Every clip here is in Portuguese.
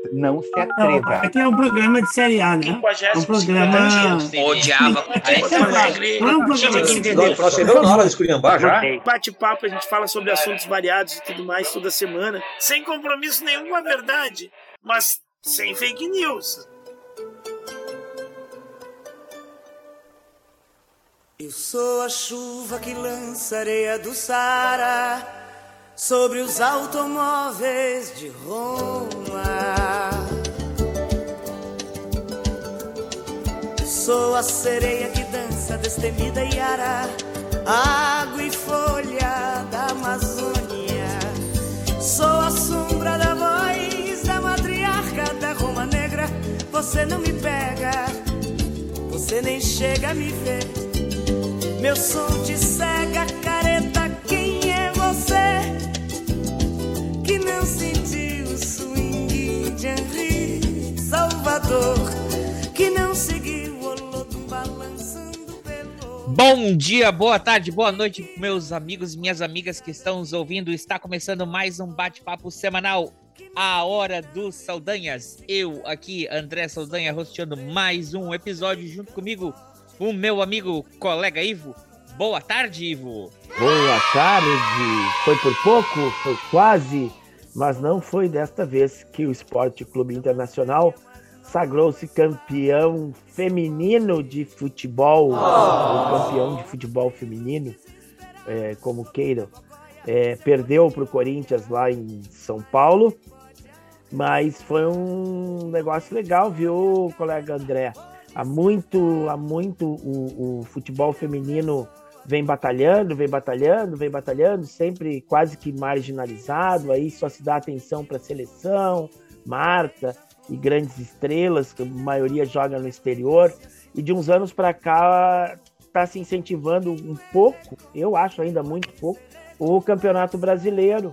Não se Não, atreva. aqui é um programa de Série A, né? É um programa... Odiava. Tinha que entender. Nós chegamos na hora de esculhambar já. Bate-papo, a gente fala sobre assuntos variados e tudo mais toda semana, sem compromisso nenhum com a verdade, mas sem fake news. Eu sou a chuva que lança areia do Saara sobre os automóveis de Roma. Sou a sereia que dança destemida e ara, água e folha da Amazônia. Sou a sombra da voz da matriarca da Roma Negra. Você não me pega, você nem chega a me ver. Meu som te cega, careta, quem é você? Que não sentiu o swing de Henri Salvador, que não seguiu o Olodum balançando pelo... Bom dia, boa tarde, boa noite, meus amigos e minhas amigas que estão nos ouvindo. Está começando mais um bate-papo semanal, a Hora dos Saldanhas. Eu aqui, André Saldanha, hosteando mais um episódio junto comigo, o meu amigo, colega Ivo. Boa tarde, Ivo. Boa tarde. Foi por pouco, foi quase, mas não foi desta vez que o Esporte Clube Internacional sagrou-se campeão feminino de futebol, ou campeão de futebol feminino, como queiram. Perdeu para o Corinthians lá em São Paulo, mas foi um negócio legal, viu, colega André? Há muito o futebol feminino vem batalhando, sempre quase que marginalizado, aí só se dá atenção para a seleção, Marta e grandes estrelas, que a maioria joga no exterior, e de uns anos para cá está se incentivando um pouco, eu acho ainda muito pouco, o Campeonato Brasileiro.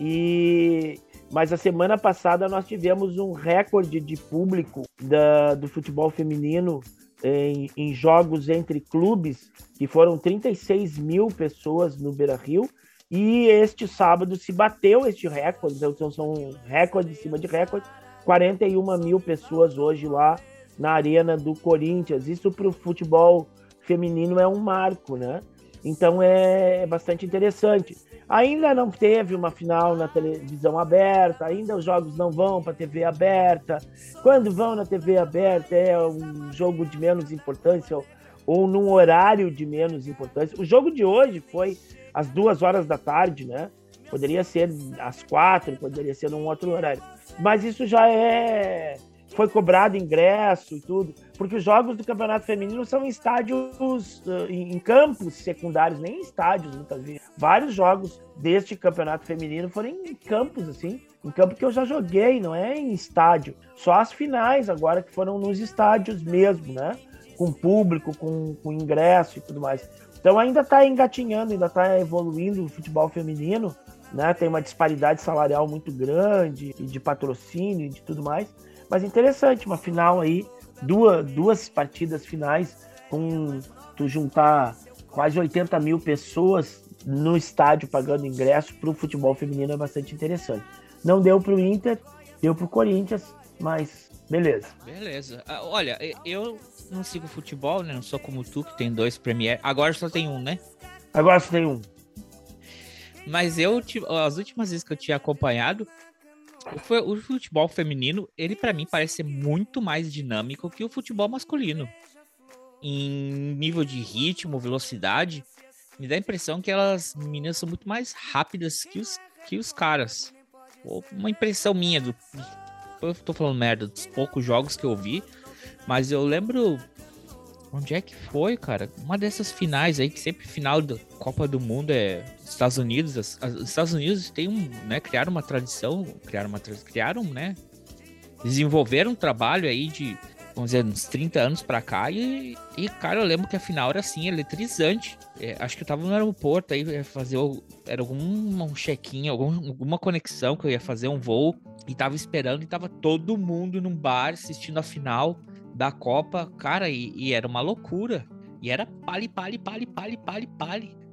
Mas a semana passada nós tivemos um recorde de público do futebol feminino em jogos entre clubes, que foram 36 mil pessoas no Beira-Rio, e este sábado se bateu este recorde, então são recorde em cima de recorde, 41 mil pessoas hoje lá na Arena do Corinthians. Isso para o futebol feminino é um marco, né? Então é bastante interessante. Ainda não teve uma final na televisão aberta, ainda os jogos não vão para a TV aberta. Quando vão na TV aberta é um jogo de menos importância ou num horário de menos importância. O jogo de hoje foi às 2h da tarde, né? Poderia ser às 4, poderia ser num outro horário. Mas isso já foi cobrado ingresso e tudo, porque os jogos do Campeonato Feminino são em estádios, em campos secundários, nem em estádios, muitas vezes. Vários jogos deste Campeonato Feminino foram em campos, assim, em campo que eu já joguei, não é em estádio. Só as finais agora que foram nos estádios mesmo, né? Com público, com ingresso e tudo mais. Então ainda está engatinhando, ainda está evoluindo o futebol feminino, né? Tem uma disparidade salarial muito grande, e de patrocínio e de tudo mais. Mas interessante, uma final aí, duas partidas finais, com tu juntar quase 80 mil pessoas no estádio pagando ingresso para o futebol feminino é bastante interessante. Não deu para o Inter, deu para o Corinthians, mas beleza. Beleza. Olha, eu não sigo futebol, né? Não sou como tu, que tem 2 Premier. Agora só tem um, né? Agora só tem um. Mas as últimas vezes que eu tinha acompanhado, o futebol feminino, ele pra mim parece ser muito mais dinâmico que o futebol masculino. Em nível de ritmo, velocidade, me dá a impressão que as meninas são muito mais rápidas que os caras. Uma impressão minha, eu tô falando merda, dos poucos jogos que eu vi, mas eu lembro... Onde é que foi, cara? Uma dessas finais aí, que sempre final da Copa do Mundo é Estados Unidos. Os Estados Unidos criaram uma tradição, desenvolveram um trabalho aí de, vamos dizer, uns 30 anos pra cá e cara, eu lembro que a final era assim, eletrizante. Acho que eu tava no aeroporto aí, ia fazer, era algum check-in, alguma conexão que eu ia fazer um voo e tava esperando e tava todo mundo num bar assistindo a final da Copa, cara, e era uma loucura. E era pali.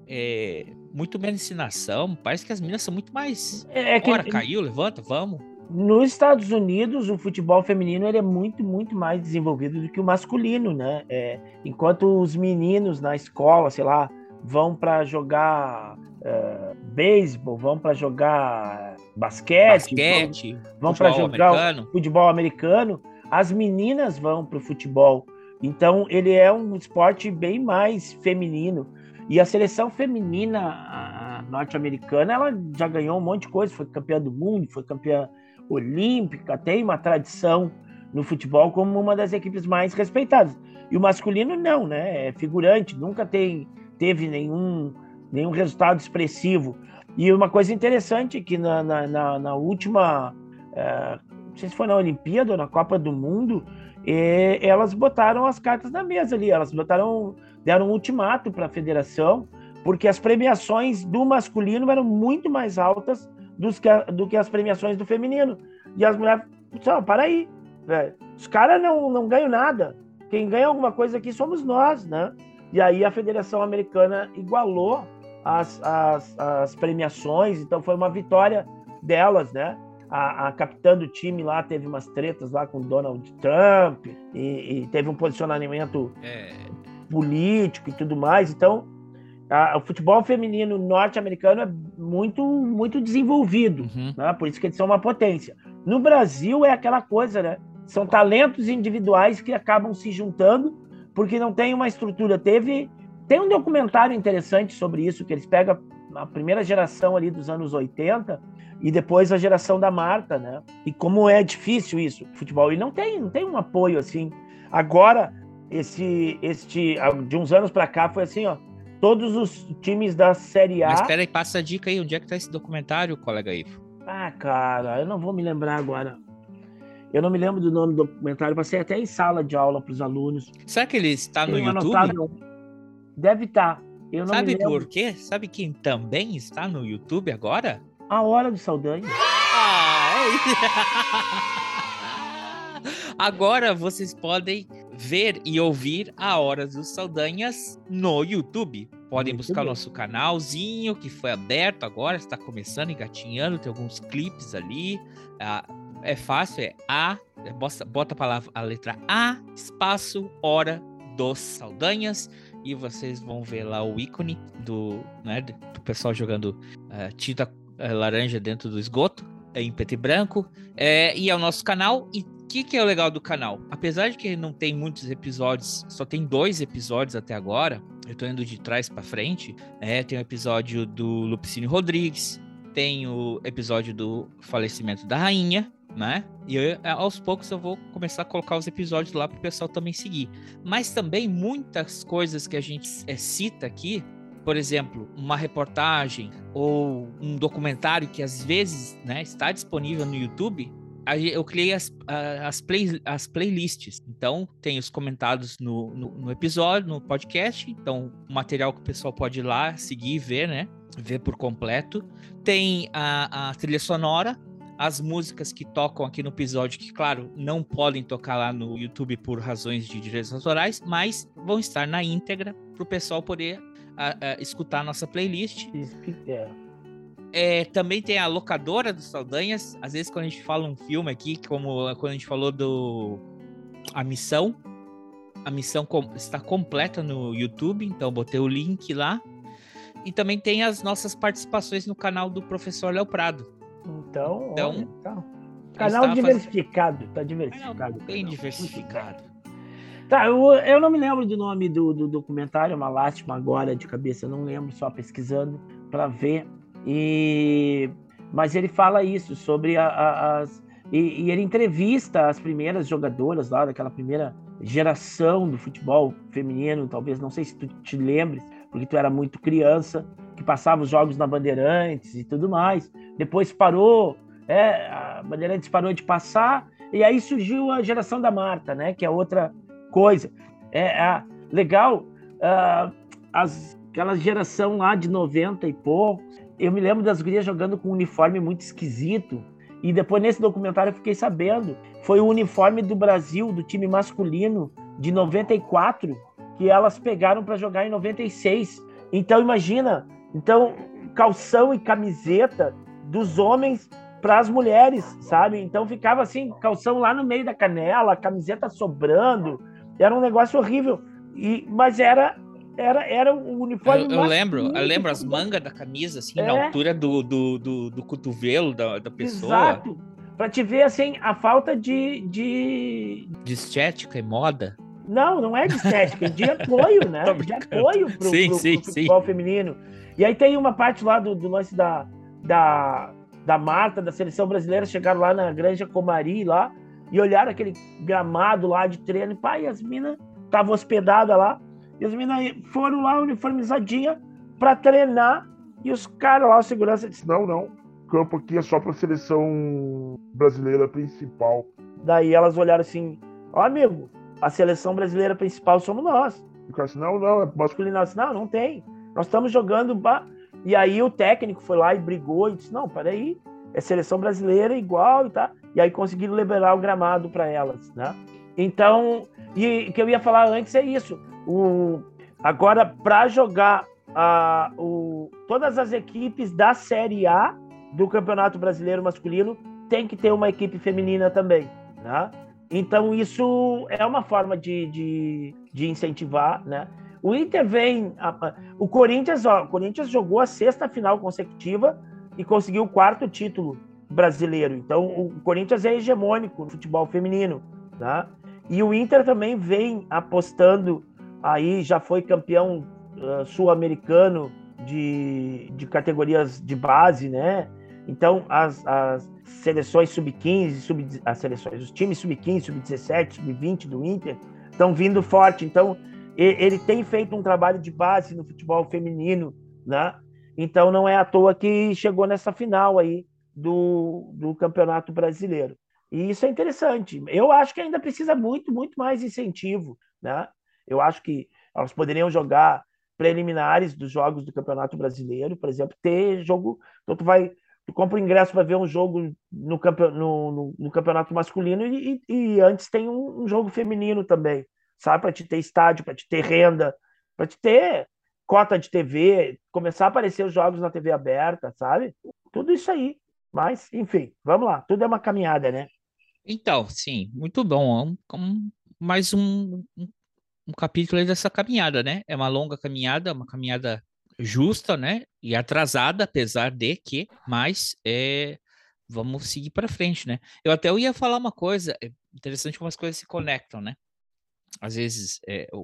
Muito menos ensinação. Parece que as meninas são muito mais... Bora, caiu, levanta, vamos. Nos Estados Unidos, o futebol feminino ele é muito, muito mais desenvolvido do que o masculino, né? Enquanto os meninos na escola, sei lá, vão para jogar beisebol, vão para jogar basquete, vão para jogar futebol americano, as meninas vão para o futebol. Então, ele é um esporte bem mais feminino. E a seleção feminina norte-americana, ela já ganhou um monte de coisa, foi campeã do mundo, foi campeã olímpica, tem uma tradição no futebol como uma das equipes mais respeitadas. E o masculino não, né? É figurante, nunca teve nenhum resultado expressivo. E uma coisa interessante é que na última, não sei se foi na Olimpíada ou na Copa do Mundo, elas botaram as cartas na mesa ali, deram um ultimato para a federação, porque as premiações do masculino eram muito mais altas do que as premiações do feminino. E as mulheres disseram, para aí, velho. Os caras não ganham nada. Quem ganha alguma coisa aqui somos nós, né? E aí a Federação Americana igualou as premiações, então foi uma vitória delas, né? A capitã do time lá teve umas tretas lá com Donald Trump e teve um posicionamento político e tudo mais. Então, o futebol feminino norte-americano é muito, muito desenvolvido, né? Por isso que eles são uma potência. No Brasil é aquela coisa, né? São talentos individuais que acabam se juntando porque não tem uma estrutura. Tem um documentário interessante sobre isso, que eles pegam a primeira geração ali dos anos 80 e depois a geração da Marta, né? E como é difícil isso, futebol. E não tem um apoio assim. Agora, de uns anos para cá foi assim, ó, todos os times da Série A... Mas espera aí, passa a dica aí, onde é que tá esse documentário, colega Ivo? Cara, eu não vou me lembrar agora. Eu não me lembro do nome do documentário, passei até em sala de aula para os alunos. Será que ele está no YouTube? Deve estar. Sabe por quê? Sabe quem também está no YouTube agora? A Hora do Saldanha. Agora vocês podem ver e ouvir a Hora dos Saldanhas no YouTube. Podem buscar o nosso canalzinho que foi aberto agora, está começando, engatinhando, tem alguns clipes ali. É fácil, bota a letra A, espaço, Hora dos Saldanhas, e vocês vão ver lá o ícone do pessoal jogando tinta laranja dentro do esgoto, em preto e branco, e é o nosso canal. E o que é o legal do canal? Apesar de que não tem muitos episódios, só tem 2 episódios até agora, eu tô indo de trás pra frente, tem o episódio do Lupicínio Rodrigues, tem o episódio do falecimento da rainha, né? E aos poucos eu vou começar a colocar os episódios lá pro pessoal também seguir. Mas também muitas coisas que a gente cita aqui, por exemplo, uma reportagem ou um documentário que às vezes, né, está disponível no YouTube, eu criei as playlists. Então, tem os comentados no episódio, no podcast. Então, o material que o pessoal pode ir lá, seguir e ver, né? Ver por completo. Tem a trilha sonora, as músicas que tocam aqui no episódio, que, claro, não podem tocar lá no YouTube por razões de direitos autorais, mas vão estar na íntegra para o pessoal poder escutar a nossa playlist. Também tem a locadora dos Saldanhas. Às vezes quando a gente fala um filme aqui, como quando a gente falou A Missão está completa no YouTube, então eu botei o link lá. E também tem as nossas participações no canal do Professor Léo Prado. Então canal diversificado, tá diversificado. Bem diversificado. Tá, eu não me lembro do nome do documentário, é uma lástima agora de cabeça, eu não lembro, só pesquisando para ver. Mas ele fala isso sobre e ele entrevista as primeiras jogadoras lá daquela primeira geração do futebol feminino, talvez, não sei se tu te lembres, porque tu era muito criança, que passava os jogos na Bandeirantes e tudo mais. Depois parou, a Bandeirantes parou de passar, e aí surgiu a geração da Marta, né, que é outra coisa. Legal, aquela geração lá de 90 e pouco, eu me lembro das gurias jogando com um uniforme muito esquisito, e depois nesse documentário eu fiquei sabendo, foi o uniforme do Brasil, do time masculino, de 94, que elas pegaram para jogar em 96. Então imagina, calção e camiseta dos homens para as mulheres, sabe? Então ficava assim, calção lá no meio da canela, camiseta sobrando, era um negócio horrível. Mas era o uniforme Eu lembro masculino as mangas da camisa, assim, na É. altura do cotovelo da pessoa. Exato. Para te ver, assim, a falta de... De estética e moda. Não é de estética, de apoio, né? Tô De brincando. apoio pro futebol feminino. E aí tem uma parte lá do lance da Marta, da seleção brasileira, chegaram lá na Granja Comari, lá, e olharam aquele gramado lá de treino, e pá, e as minas estavam hospedadas lá, e as minas foram lá uniformizadinhas para treinar, e os caras lá, o segurança disse, não, o campo aqui é só para a seleção brasileira principal. Daí elas olharam assim, ó, amigo, a seleção brasileira principal somos nós. O cara disse, não, é masculino. Disse, não tem. Nós estamos jogando... E aí o técnico foi lá e brigou e disse, não, peraí, é seleção brasileira igual e tá. E aí conseguiram liberar o gramado para elas, né? Então, e o que eu ia falar antes é isso. Agora, para jogar todas as equipes da Série A do Campeonato Brasileiro Masculino, tem que ter uma equipe feminina também, né? Então, isso é uma forma de incentivar, né? O Inter vem... O Corinthians jogou a 6ª final consecutiva e conseguiu o 4º título brasileiro. Então, o Corinthians é hegemônico no futebol feminino, tá? E o Inter também vem apostando, aí já foi campeão sul-americano de categorias de base, né? Então, as seleções sub-15, os times sub-15, sub-17, sub-20 do Inter estão vindo forte. Então, ele tem feito um trabalho de base no futebol feminino, né? Então, não é à toa que chegou nessa final aí do Campeonato Brasileiro. E isso é interessante. Eu acho que ainda precisa muito, muito mais incentivo, né? Eu acho que elas poderiam jogar preliminares dos jogos do Campeonato Brasileiro, por exemplo, ter jogo... Então, tu compra o ingresso para ver um jogo no campeonato masculino e antes tem um jogo feminino também, sabe? Para te ter estádio, para te ter renda, para te ter cota de TV, começar a aparecer os jogos na TV aberta, sabe? Tudo isso aí. Mas, enfim, vamos lá. Tudo é uma caminhada, né? Então, sim, muito bom. Mais um capítulo aí dessa caminhada, né? É uma longa caminhada, uma caminhada justa, né? E atrasada, apesar de que, mas vamos seguir para frente, né? Eu até ia falar uma coisa, interessante como as coisas se conectam, né? Às vezes,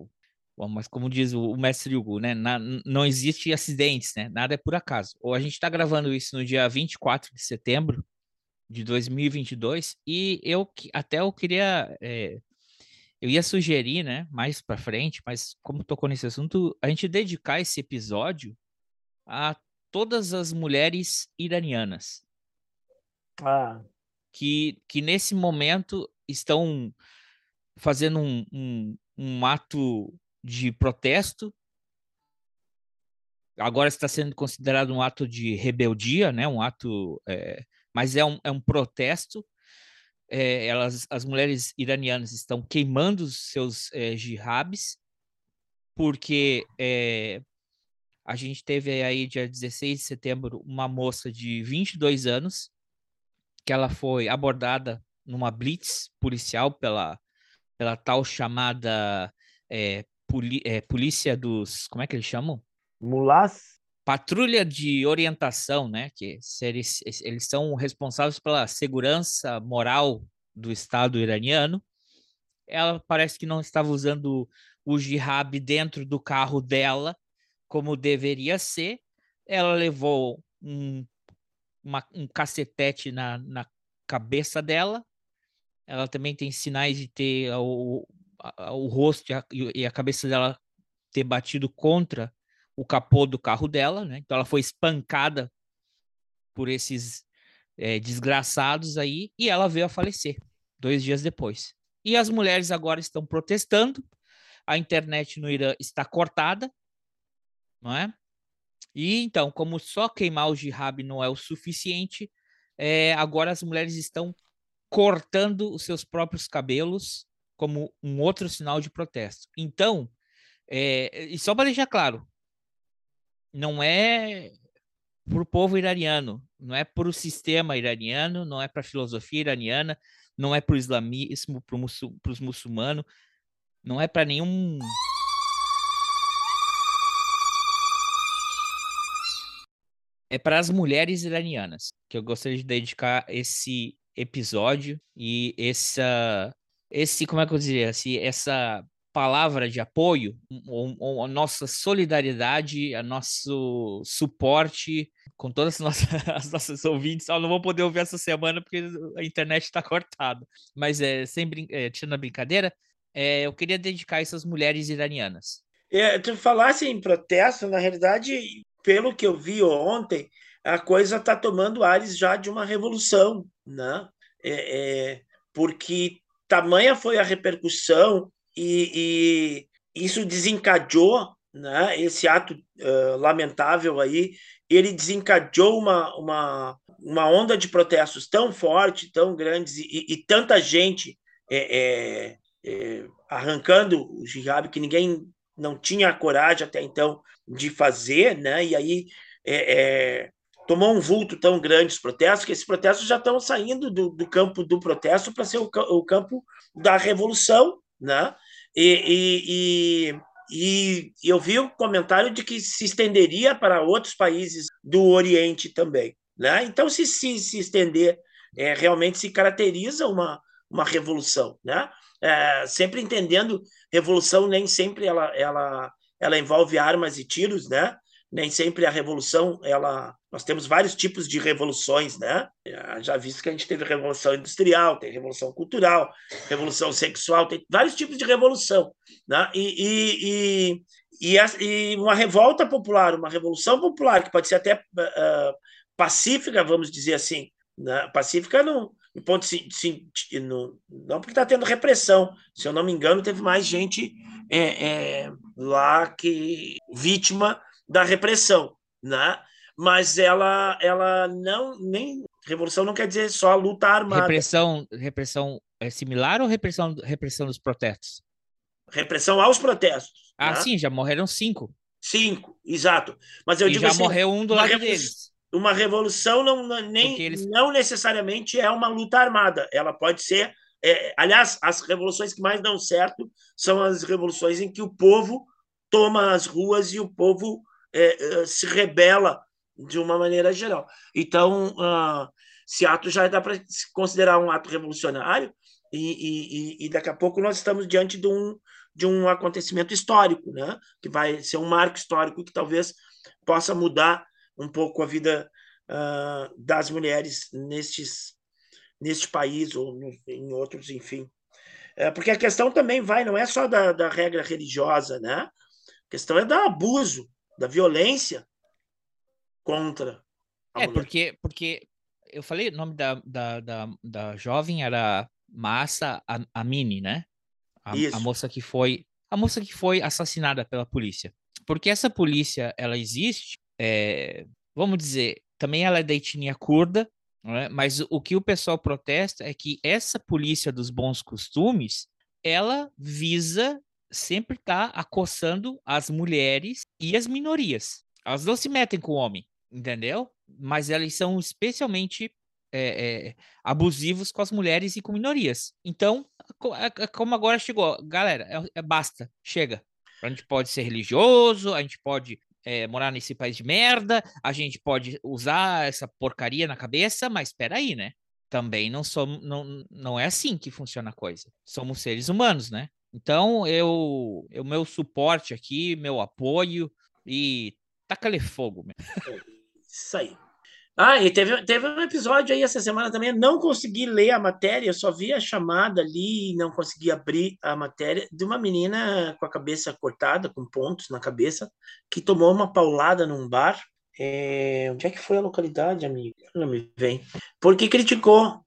mas como diz o mestre Hugo, né? Não existe acidentes, né? Nada é por acaso. Ou a gente está gravando isso no dia 24 de setembro de 2022 e eu queria... eu ia sugerir, né, mais para frente, mas como tocou nesse assunto, a gente dedicar esse episódio a todas as mulheres iranianas que nesse momento estão fazendo um ato de protesto. Agora está sendo considerado um ato de rebeldia, né, um ato, mas é um protesto. As mulheres iranianas estão queimando os seus jihabs, porque a gente teve aí, dia 16 de setembro, uma moça de 22 anos, que ela foi abordada numa blitz policial pela tal chamada polícia dos... Como é que eles chamam? Mulás? Patrulha de orientação, né? Que eles são responsáveis pela segurança moral do Estado iraniano. Ela parece que não estava usando o jihad dentro do carro dela, como deveria ser. Ela levou um cacetete na cabeça dela. Ela também tem sinais de ter o rosto e a cabeça dela ter batido contra o capô do carro dela, né? Então ela foi espancada por esses desgraçados aí e ela veio a falecer 2 dias depois. E as mulheres agora estão protestando, a internet no Irã está cortada, não é? E então, como só queimar o jihad não é o suficiente, agora as mulheres estão cortando os seus próprios cabelos como um outro sinal de protesto. Então, e só para deixar claro, não é pro povo iraniano, não é pro sistema iraniano, não é pra filosofia iraniana, não é pro islamismo, pros muçulmanos, não é pra nenhum. É para as mulheres iranianas que eu gostaria de dedicar esse episódio e como é que eu diria, essa palavra de apoio, a nossa solidariedade, a nosso suporte com todas as nossas, as nossas ouvintes. Eu não vou poder ouvir essa semana porque a internet está cortada. Mas tirando a brincadeira, eu queria dedicar essas mulheres iranianas. Tu falasse em protesto, na realidade, pelo que eu vi ontem, a coisa está tomando ares já de uma revolução, né? Porque tamanha foi a repercussão e isso desencadeou, né? Esse ato lamentável aí, ele desencadeou uma onda de protestos tão forte, tão grandes e tanta gente arrancando o jihad que ninguém não tinha a coragem até então de fazer, né? E aí tomou um vulto tão grande os protestos, que esses protestos já estão saindo do campo do protesto para ser o campo da revolução, né? E eu vi o comentário de que se estenderia para outros países do Oriente também, né? Então, se estender, realmente se caracteriza uma revolução, né? Sempre entendendo, revolução nem sempre ela envolve armas e tiros, né? Nem sempre a revolução, nós temos vários tipos de revoluções, né? Já visto que a gente teve revolução industrial, tem revolução cultural, revolução sexual, tem vários tipos de revolução, né? E uma revolta popular, uma revolução popular, que pode ser até pacífica, vamos dizer assim, né? Pacífica no ponto não porque está tendo repressão. Se eu não me engano, teve mais gente lá que vítima da repressão, né? Mas ela nem revolução não quer dizer só luta armada. Repressão é similar ou repressão dos protestos? Repressão aos protestos. Ah, né? Sim, já morreram 5. 5, exato. Mas eu digo já assim, morreu um do lado deles. Uma revolução não necessariamente é uma luta armada. Ela pode ser... aliás, as revoluções que mais dão certo são as revoluções em que o povo toma as ruas e o povo se rebela de uma maneira geral. Então, esse ato já dá para se considerar um ato revolucionário e daqui a pouco nós estamos diante de um acontecimento histórico, né? Que vai ser um marco histórico que talvez possa mudar um pouco a vida das mulheres neste país ou em outros, enfim. Porque a questão também não é só da regra religiosa, né? A questão é do abuso, da violência contra a mulher. Porque eu falei, o nome da jovem era Mahsa Amini, né? A moça que foi assassinada pela polícia. Porque essa polícia, ela existe, vamos dizer, também ela é da etnia curda, né? Mas o que o pessoal protesta é que essa polícia dos bons costumes, ela visa sempre estar acossando as mulheres e as minorias. Elas não se metem com o homem, entendeu? Mas eles são especialmente abusivos com as mulheres e com minorias. Então, como agora chegou, galera, basta, chega. A gente pode ser religioso, a gente pode morar nesse país de merda, a gente pode usar essa porcaria na cabeça, mas espera aí, né? Também não é assim que funciona a coisa. Somos seres humanos, né? Então, o meu suporte aqui, meu apoio e taca-lhe fogo. Isso aí. E teve um episódio aí essa semana também, eu não consegui ler a matéria, eu só vi a chamada ali e não consegui abrir a matéria, de uma menina com a cabeça cortada, com pontos na cabeça, que tomou uma paulada num bar. Onde é que foi a localidade, amigo? Não me vem. Porque criticou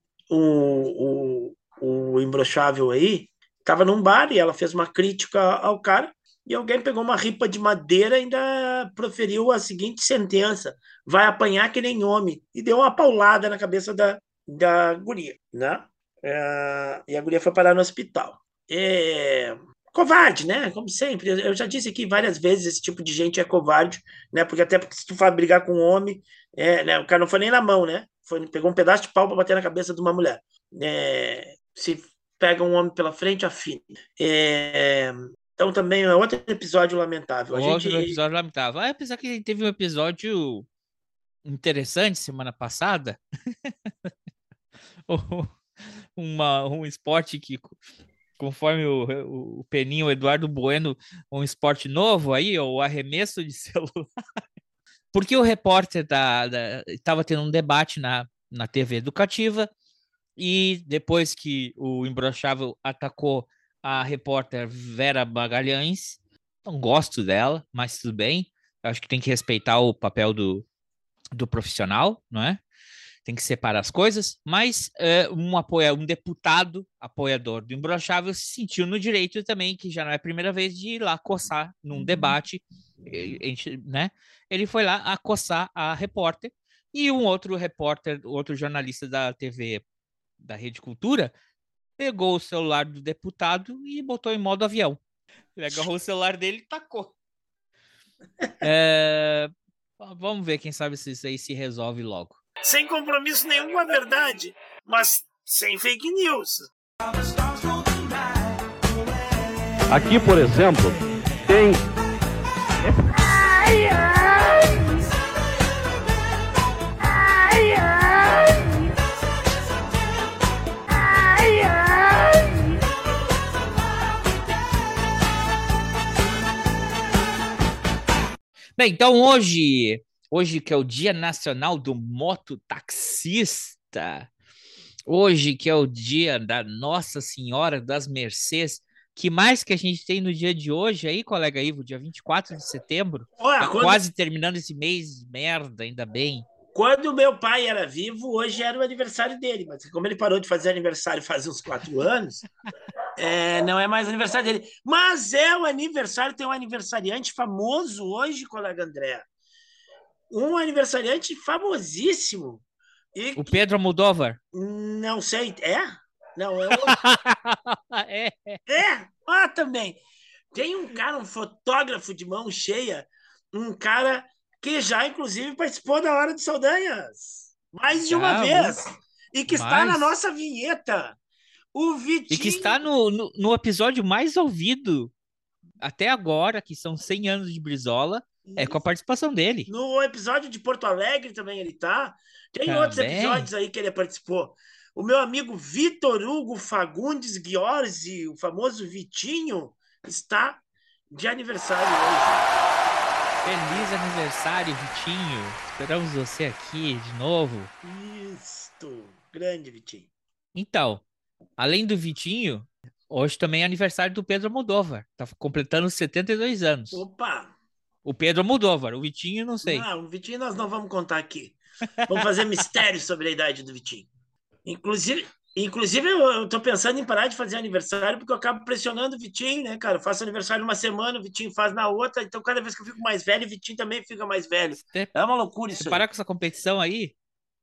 o imbrochável aí, estava num bar e ela fez uma crítica ao cara, e alguém pegou uma ripa de madeira e ainda proferiu a seguinte sentença: vai apanhar que nem homem, e deu uma paulada na cabeça da guria, né? E a guria foi parar no hospital. Covarde, né? Como sempre. Eu já disse aqui várias vezes, esse tipo de gente é covarde, né? Porque até porque se tu for brigar com um homem, né? O cara não foi nem na mão, né? Pegou um pedaço de pau para bater na cabeça de uma mulher. Se pega um homem pela frente, afina. Então também é outro episódio lamentável. Outro episódio lamentável. Apesar que teve um episódio interessante semana passada. Um esporte que, conforme o Peninho, o Eduardo Bueno, um esporte novo aí, o arremesso de celular. Porque o repórter estava tendo um debate na TV educativa e depois que o Imbrochável atacou a repórter Vera Magalhães, não gosto dela, mas tudo bem. Acho que tem que respeitar o papel do profissional, não é? Tem que separar as coisas, mas um deputado apoiador do Imbrochável se sentiu no direito também, que já não é a primeira vez de ir lá coçar num debate, né? Ele foi lá acossar a repórter e um outro repórter, outro jornalista da TV da Rede Cultura, pegou o celular do deputado e botou em modo avião. Ele agarrou o celular dele e tacou. Vamos ver, quem sabe se isso aí se resolve logo. Sem compromisso nenhum com a verdade, mas sem fake news. Aqui, por exemplo, tem... Bem, então hoje que é o Dia Nacional do Mototaxista, hoje que é o dia da Nossa Senhora das Mercês, que mais que a gente tem no dia de hoje aí, colega Ivo, dia 24 de setembro, quase terminando esse mês, merda, ainda bem. Quando meu pai era vivo, hoje era o aniversário dele, mas como ele parou de fazer aniversário faz uns 4 anos, não é mais aniversário dele. Mas é o aniversário, tem um aniversariante famoso hoje, colega André. Um aniversariante famosíssimo. O Pedro Almodóvar? Não sei. Não, também. Tem um cara, um fotógrafo de mão cheia, um cara que já, inclusive, participou da Hora de Saldanhas. Mais de uma vez. E que está na nossa vinheta. O Vitinho... E que está no episódio mais ouvido até agora, que são 100 anos de Brizola. Com a participação dele. No episódio de Porto Alegre também ele tá. Tem outros episódios aí que ele participou. O meu amigo Vitor Hugo Fagundes Ghiorzi, o famoso Vitinho, está de aniversário hoje. Feliz aniversário, Vitinho. Esperamos você aqui de novo. Isto, grande Vitinho. Então, além do Vitinho, hoje também é aniversário do Pedro Almodóvar. Tá completando 72 anos. Opa! O Pedro Almodóvar, o Vitinho não sei. Não, o Vitinho nós não vamos contar aqui. Vamos fazer mistério sobre a idade do Vitinho. Inclusive eu tô pensando em parar de fazer aniversário porque eu acabo pressionando o Vitinho, né, cara? Eu faço aniversário uma semana, o Vitinho faz na outra, então cada vez que eu fico mais velho, o Vitinho também fica mais velho. É uma loucura isso aí. Parar com essa competição aí?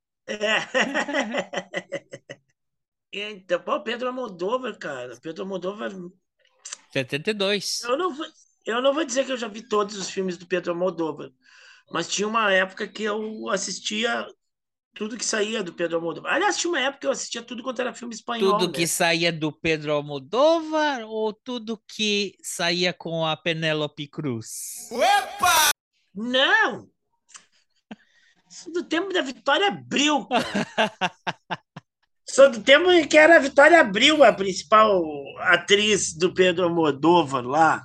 Então, Pedro Almodóvar, cara. Pedro Almodóvar... 72. Eu não vou dizer que eu já vi todos os filmes do Pedro Almodóvar, mas tinha uma época que eu assistia tudo que saía do Pedro Almodóvar. Aliás, tinha uma época que eu assistia tudo quanto era filme espanhol. Tudo que saía do Pedro Almodóvar ou tudo que saía com a Penélope Cruz? Opa! Não! Isso do tempo da Vitória Abril, cara. Sou do tempo em que era a Vitória Abril a principal atriz do Pedro Almodóvar lá.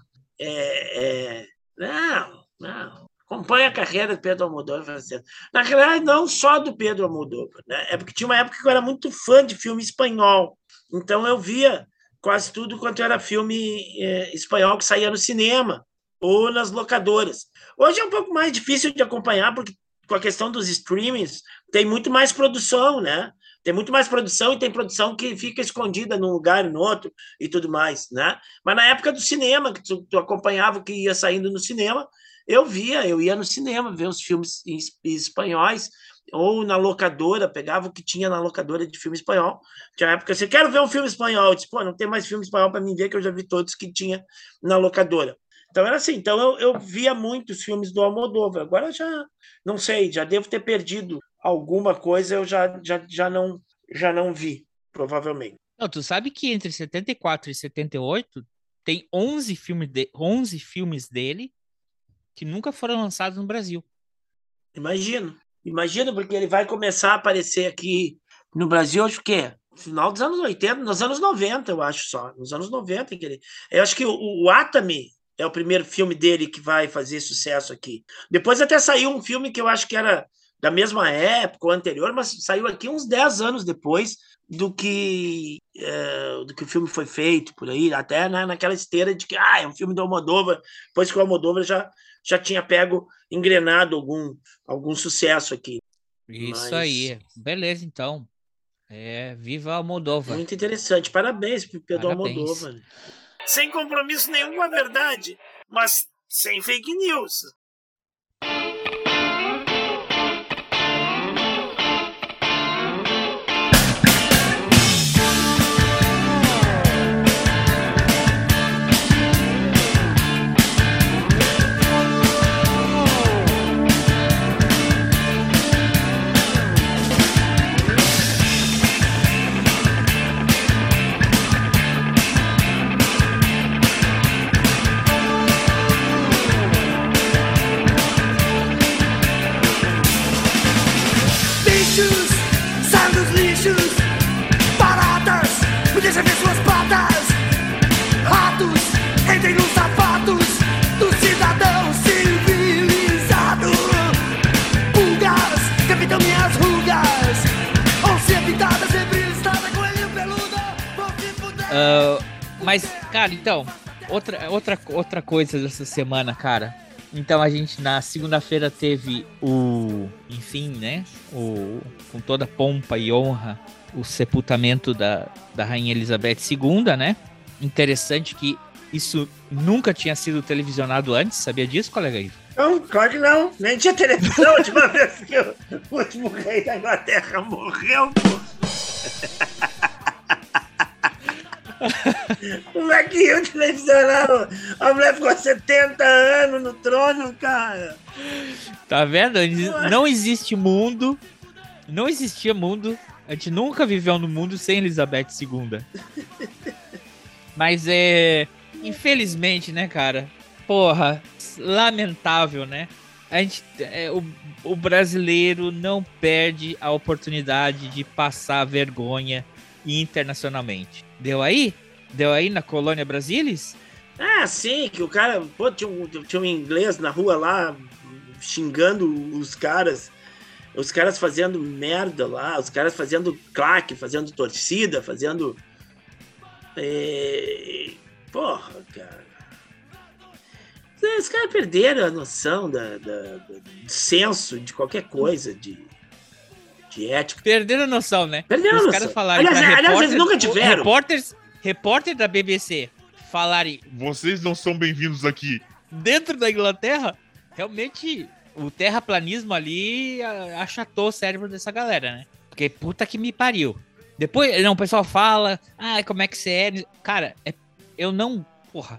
Não. Acompanha a carreira do Pedro Almodóvar. Na realidade, não só do Pedro Almodóvar, né? É porque tinha uma época que eu era muito fã de filme espanhol. Então eu via quase tudo quanto era filme espanhol que saía no cinema ou nas locadoras. Hoje é um pouco mais difícil de acompanhar, porque com a questão dos streamings tem muito mais produção, né? Tem muito mais produção e tem produção que fica escondida num lugar e no outro e tudo mais, né? Mas na época do cinema, que tu acompanhava o que ia saindo no cinema, eu ia no cinema ver os filmes espanhóis ou na locadora, pegava o que tinha na locadora de filme espanhol. Tinha época assim, quero ver um filme espanhol. Eu disse, pô, não tem mais filme espanhol para mim ver, que eu já vi todos que tinha na locadora. Então era assim, então eu via muitos filmes do Almodóvar. Agora já não sei, já devo ter perdido alguma coisa, eu já não vi, provavelmente. Não, tu sabe que entre 74 e 78 tem 11 filmes dele que nunca foram lançados no Brasil. Imagino, porque ele vai começar a aparecer aqui no Brasil, acho que é final dos anos 80, nos anos 90, eu acho só. Nos anos 90 que ele. Eu acho que o Atami é o primeiro filme dele que vai fazer sucesso aqui. Depois até saiu um filme que eu acho que era da mesma época ou anterior, mas saiu aqui uns 10 anos depois do que o filme foi feito por aí, até naquela esteira de que é um filme do Almodóvar, depois que o Almodóvar já tinha pego, engrenado algum sucesso aqui. Isso aí. Beleza, então. Viva Almodóvar. Muito interessante. Parabéns, Pedro Parabéns. Almodóvar. Sem compromisso nenhum com a verdade, mas sem fake news. Bichos, saem dos lixos. Baratas, me deixa ver suas patas. Ratos, entrem nos sapatos do cidadão civilizado. Pulgas, que evitam minhas rugas. Onça pintada, sempre listada, coelho peludo. Vou se fuder. Mas, cara, então, outra coisa dessa semana, cara. Então a gente na segunda-feira teve enfim, né? Com toda pompa e honra, o sepultamento da Rainha Elizabeth II, né? Interessante que isso nunca tinha sido televisionado antes, sabia disso, colega Ivo? Não, claro que não. Nem tinha televisão a última vez que o último rei da Inglaterra morreu, pô. Como é que eu televisionar? A mulher ficou 70 anos no trono, cara. Tá vendo? Não existe mundo. Não existia mundo. A gente nunca viveu no mundo sem Elizabeth II. Mas infelizmente, né, cara? Porra, lamentável, né? O brasileiro não perde a oportunidade de passar vergonha internacionalmente. Deu aí? Deu aí na Colônia Brasilis? Ah, sim, que o cara, pô, tinha um inglês na rua lá, xingando os caras fazendo merda lá, os caras fazendo claque, fazendo torcida, fazendo... Porra, cara. Os caras perderam a noção do senso de qualquer coisa, de ética. Perderam a noção, né? Perderam a Os noção. caras falarem Aliás, eles nunca tiveram. Repórter da BBC falarem... Vocês não são bem-vindos aqui. Dentro da Inglaterra, realmente o terraplanismo ali achatou o cérebro dessa galera, né? Porque puta que me pariu. Depois, não, o pessoal fala, como é que você é? Cara, eu não... Porra,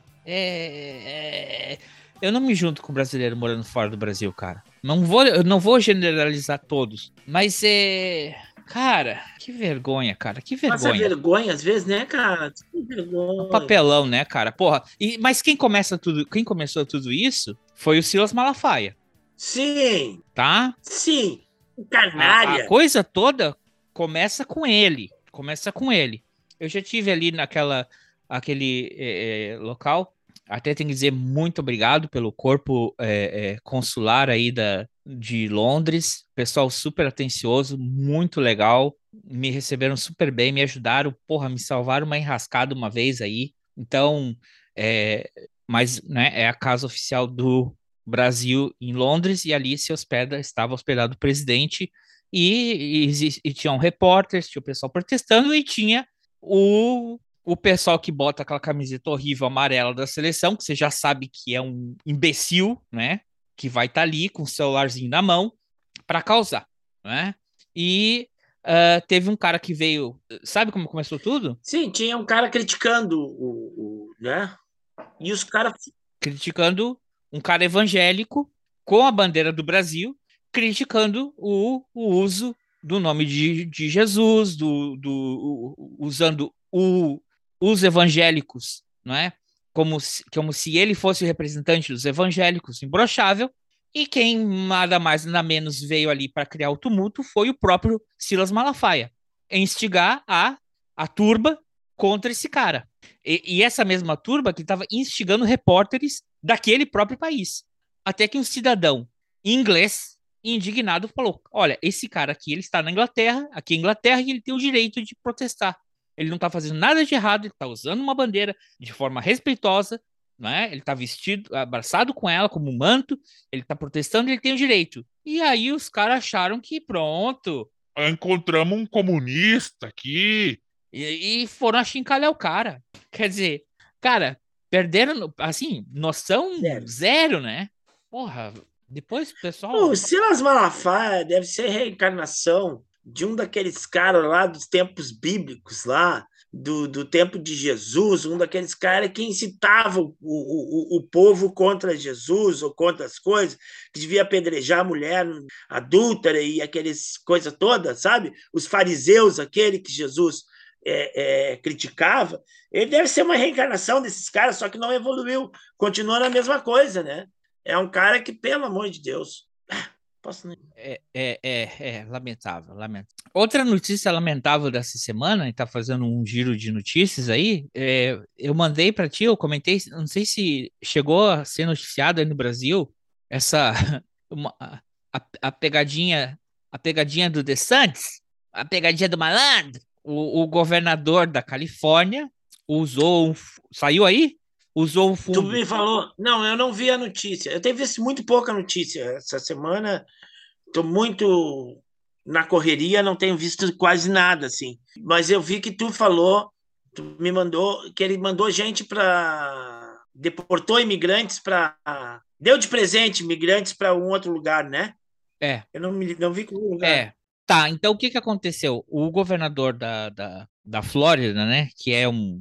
eu não me junto com brasileiro morando fora do Brasil, cara. Eu não vou generalizar todos, mas cara, que vergonha, cara, que vergonha. Passa vergonha às vezes, né, cara? Que vergonha. Um papelão, né, cara? Porra, mas quem começou tudo isso foi o Silas Malafaia. Sim. Tá? Sim. O canalha. A coisa toda começa com ele. Eu já tive ali aquele local. Até tenho que dizer muito obrigado pelo corpo consular aí de Londres. Pessoal super atencioso, muito legal. Me receberam super bem, me ajudaram. Porra, me salvaram uma enrascada uma vez aí. Então, mas né, é a casa oficial do Brasil em Londres e ali estava hospedado o presidente e tinham repórteres, tinha o pessoal protestando e tinha o pessoal que bota aquela camiseta horrível amarela da seleção, que você já sabe que é um imbecil, né? Que vai estar ali com o celularzinho na mão para causar. né? E teve um cara que veio. Sabe como começou tudo? Sim, tinha um cara criticando né? E os caras. Criticando um cara evangélico com a bandeira do Brasil, criticando o uso do nome de Jesus, usando os evangélicos, não é? Como se ele fosse o representante dos evangélicos, imbrochável. E quem nada mais nada menos veio ali para criar o tumulto foi o próprio Silas Malafaia, instigar a turba contra esse cara. E essa mesma turba que estava instigando repórteres daquele próprio país. Até que um cidadão inglês, indignado, falou: olha, esse cara aqui, ele está na Inglaterra, aqui é Inglaterra, e ele tem o direito de protestar. Ele não está fazendo nada de errado, ele está usando uma bandeira de forma respeitosa, né? Ele está vestido, abraçado com ela como um manto, ele está protestando, ele tem o direito. E aí os caras acharam que pronto. Encontramos um comunista aqui. E foram achincalhar o cara. Quer dizer, cara, perderam, assim, noção zero, né? Porra, depois o pessoal. O Silas Malafaia deve ser reencarnação de um daqueles caras lá dos tempos bíblicos, lá, do tempo de Jesus, um daqueles caras que incitava o povo contra Jesus ou contra as coisas, que devia apedrejar a mulher adúltera e aqueles coisas todas, sabe? Os fariseus, aquele que Jesus criticava, ele deve ser uma reencarnação desses caras, só que não evoluiu, continua na mesma coisa, né? É um cara que, pelo amor de Deus, posso nem... Lamentável, lamentável. Outra notícia lamentável dessa semana, e tá fazendo um giro de notícias aí, eu mandei para ti, eu comentei, não sei se chegou a ser noticiado aí no Brasil, essa, a pegadinha do DeSantis, a pegadinha do malandro. O governador da Califórnia saiu aí? Usou um fundo. Tu me falou... Não, eu não vi a notícia. Eu tenho visto muito pouca notícia. Essa semana estou muito na correria, não tenho visto quase nada, assim. Mas eu vi que tu falou, tu me mandou, que ele mandou gente para... Deportou imigrantes para... Deu de presente imigrantes para um outro lugar, né? Eu não vi qual lugar. Tá, então o que que aconteceu? O governador da Flórida, né, que é um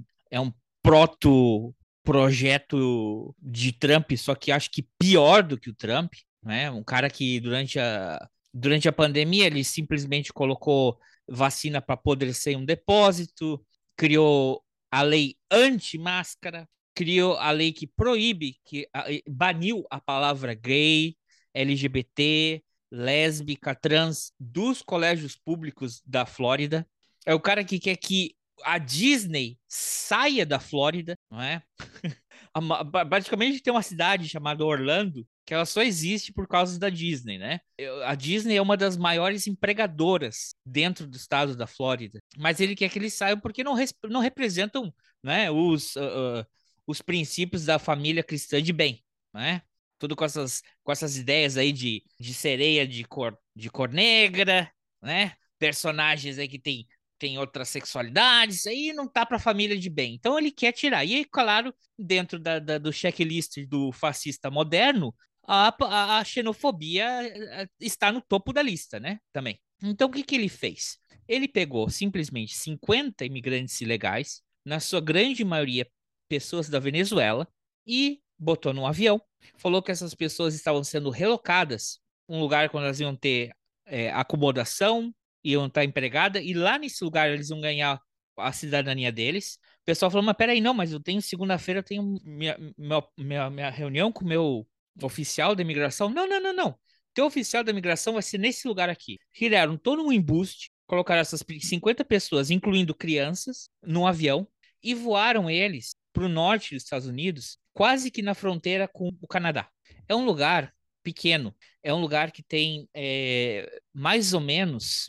projeto de Trump, só que acho que pior do que o Trump, né? Um cara que durante a pandemia ele simplesmente colocou vacina para apodrecer em um depósito, criou a lei anti-máscara, criou a lei que proíbe, baniu a palavra gay, LGBT, lésbica, trans dos colégios públicos da Flórida. É o cara que quer que a Disney saia da Flórida, não é? Praticamente tem uma cidade chamada Orlando que ela só existe por causa da Disney, né? A Disney é uma das maiores empregadoras dentro do estado da Flórida, mas ele quer que eles saiam porque não representam, né, os princípios da família cristã de bem, né? Tudo com essas ideias aí de sereia de cor negra, né? Personagens aí que tem outras sexualidades, aí não tá para família de bem. Então ele quer tirar. E aí, claro, dentro do checklist do fascista moderno, a xenofobia está no topo da lista, né? Também. Então o que ele fez? Ele pegou simplesmente 50 imigrantes ilegais, na sua grande maioria pessoas da Venezuela, e botou num avião, falou que essas pessoas estavam sendo relocadas, um lugar onde elas iam ter acomodação, iam estar empregada, e lá nesse lugar eles iam ganhar a cidadania deles. O pessoal falou, mas peraí, não, mas eu tenho segunda-feira, eu tenho minha reunião com o meu oficial da imigração. Não. Teu oficial da imigração vai ser nesse lugar aqui. Tiraram todo um embuste, colocaram essas 50 pessoas, incluindo crianças, num avião, e voaram eles para o norte dos Estados Unidos, quase que na fronteira com o Canadá. É um lugar pequeno, é um lugar que tem mais ou menos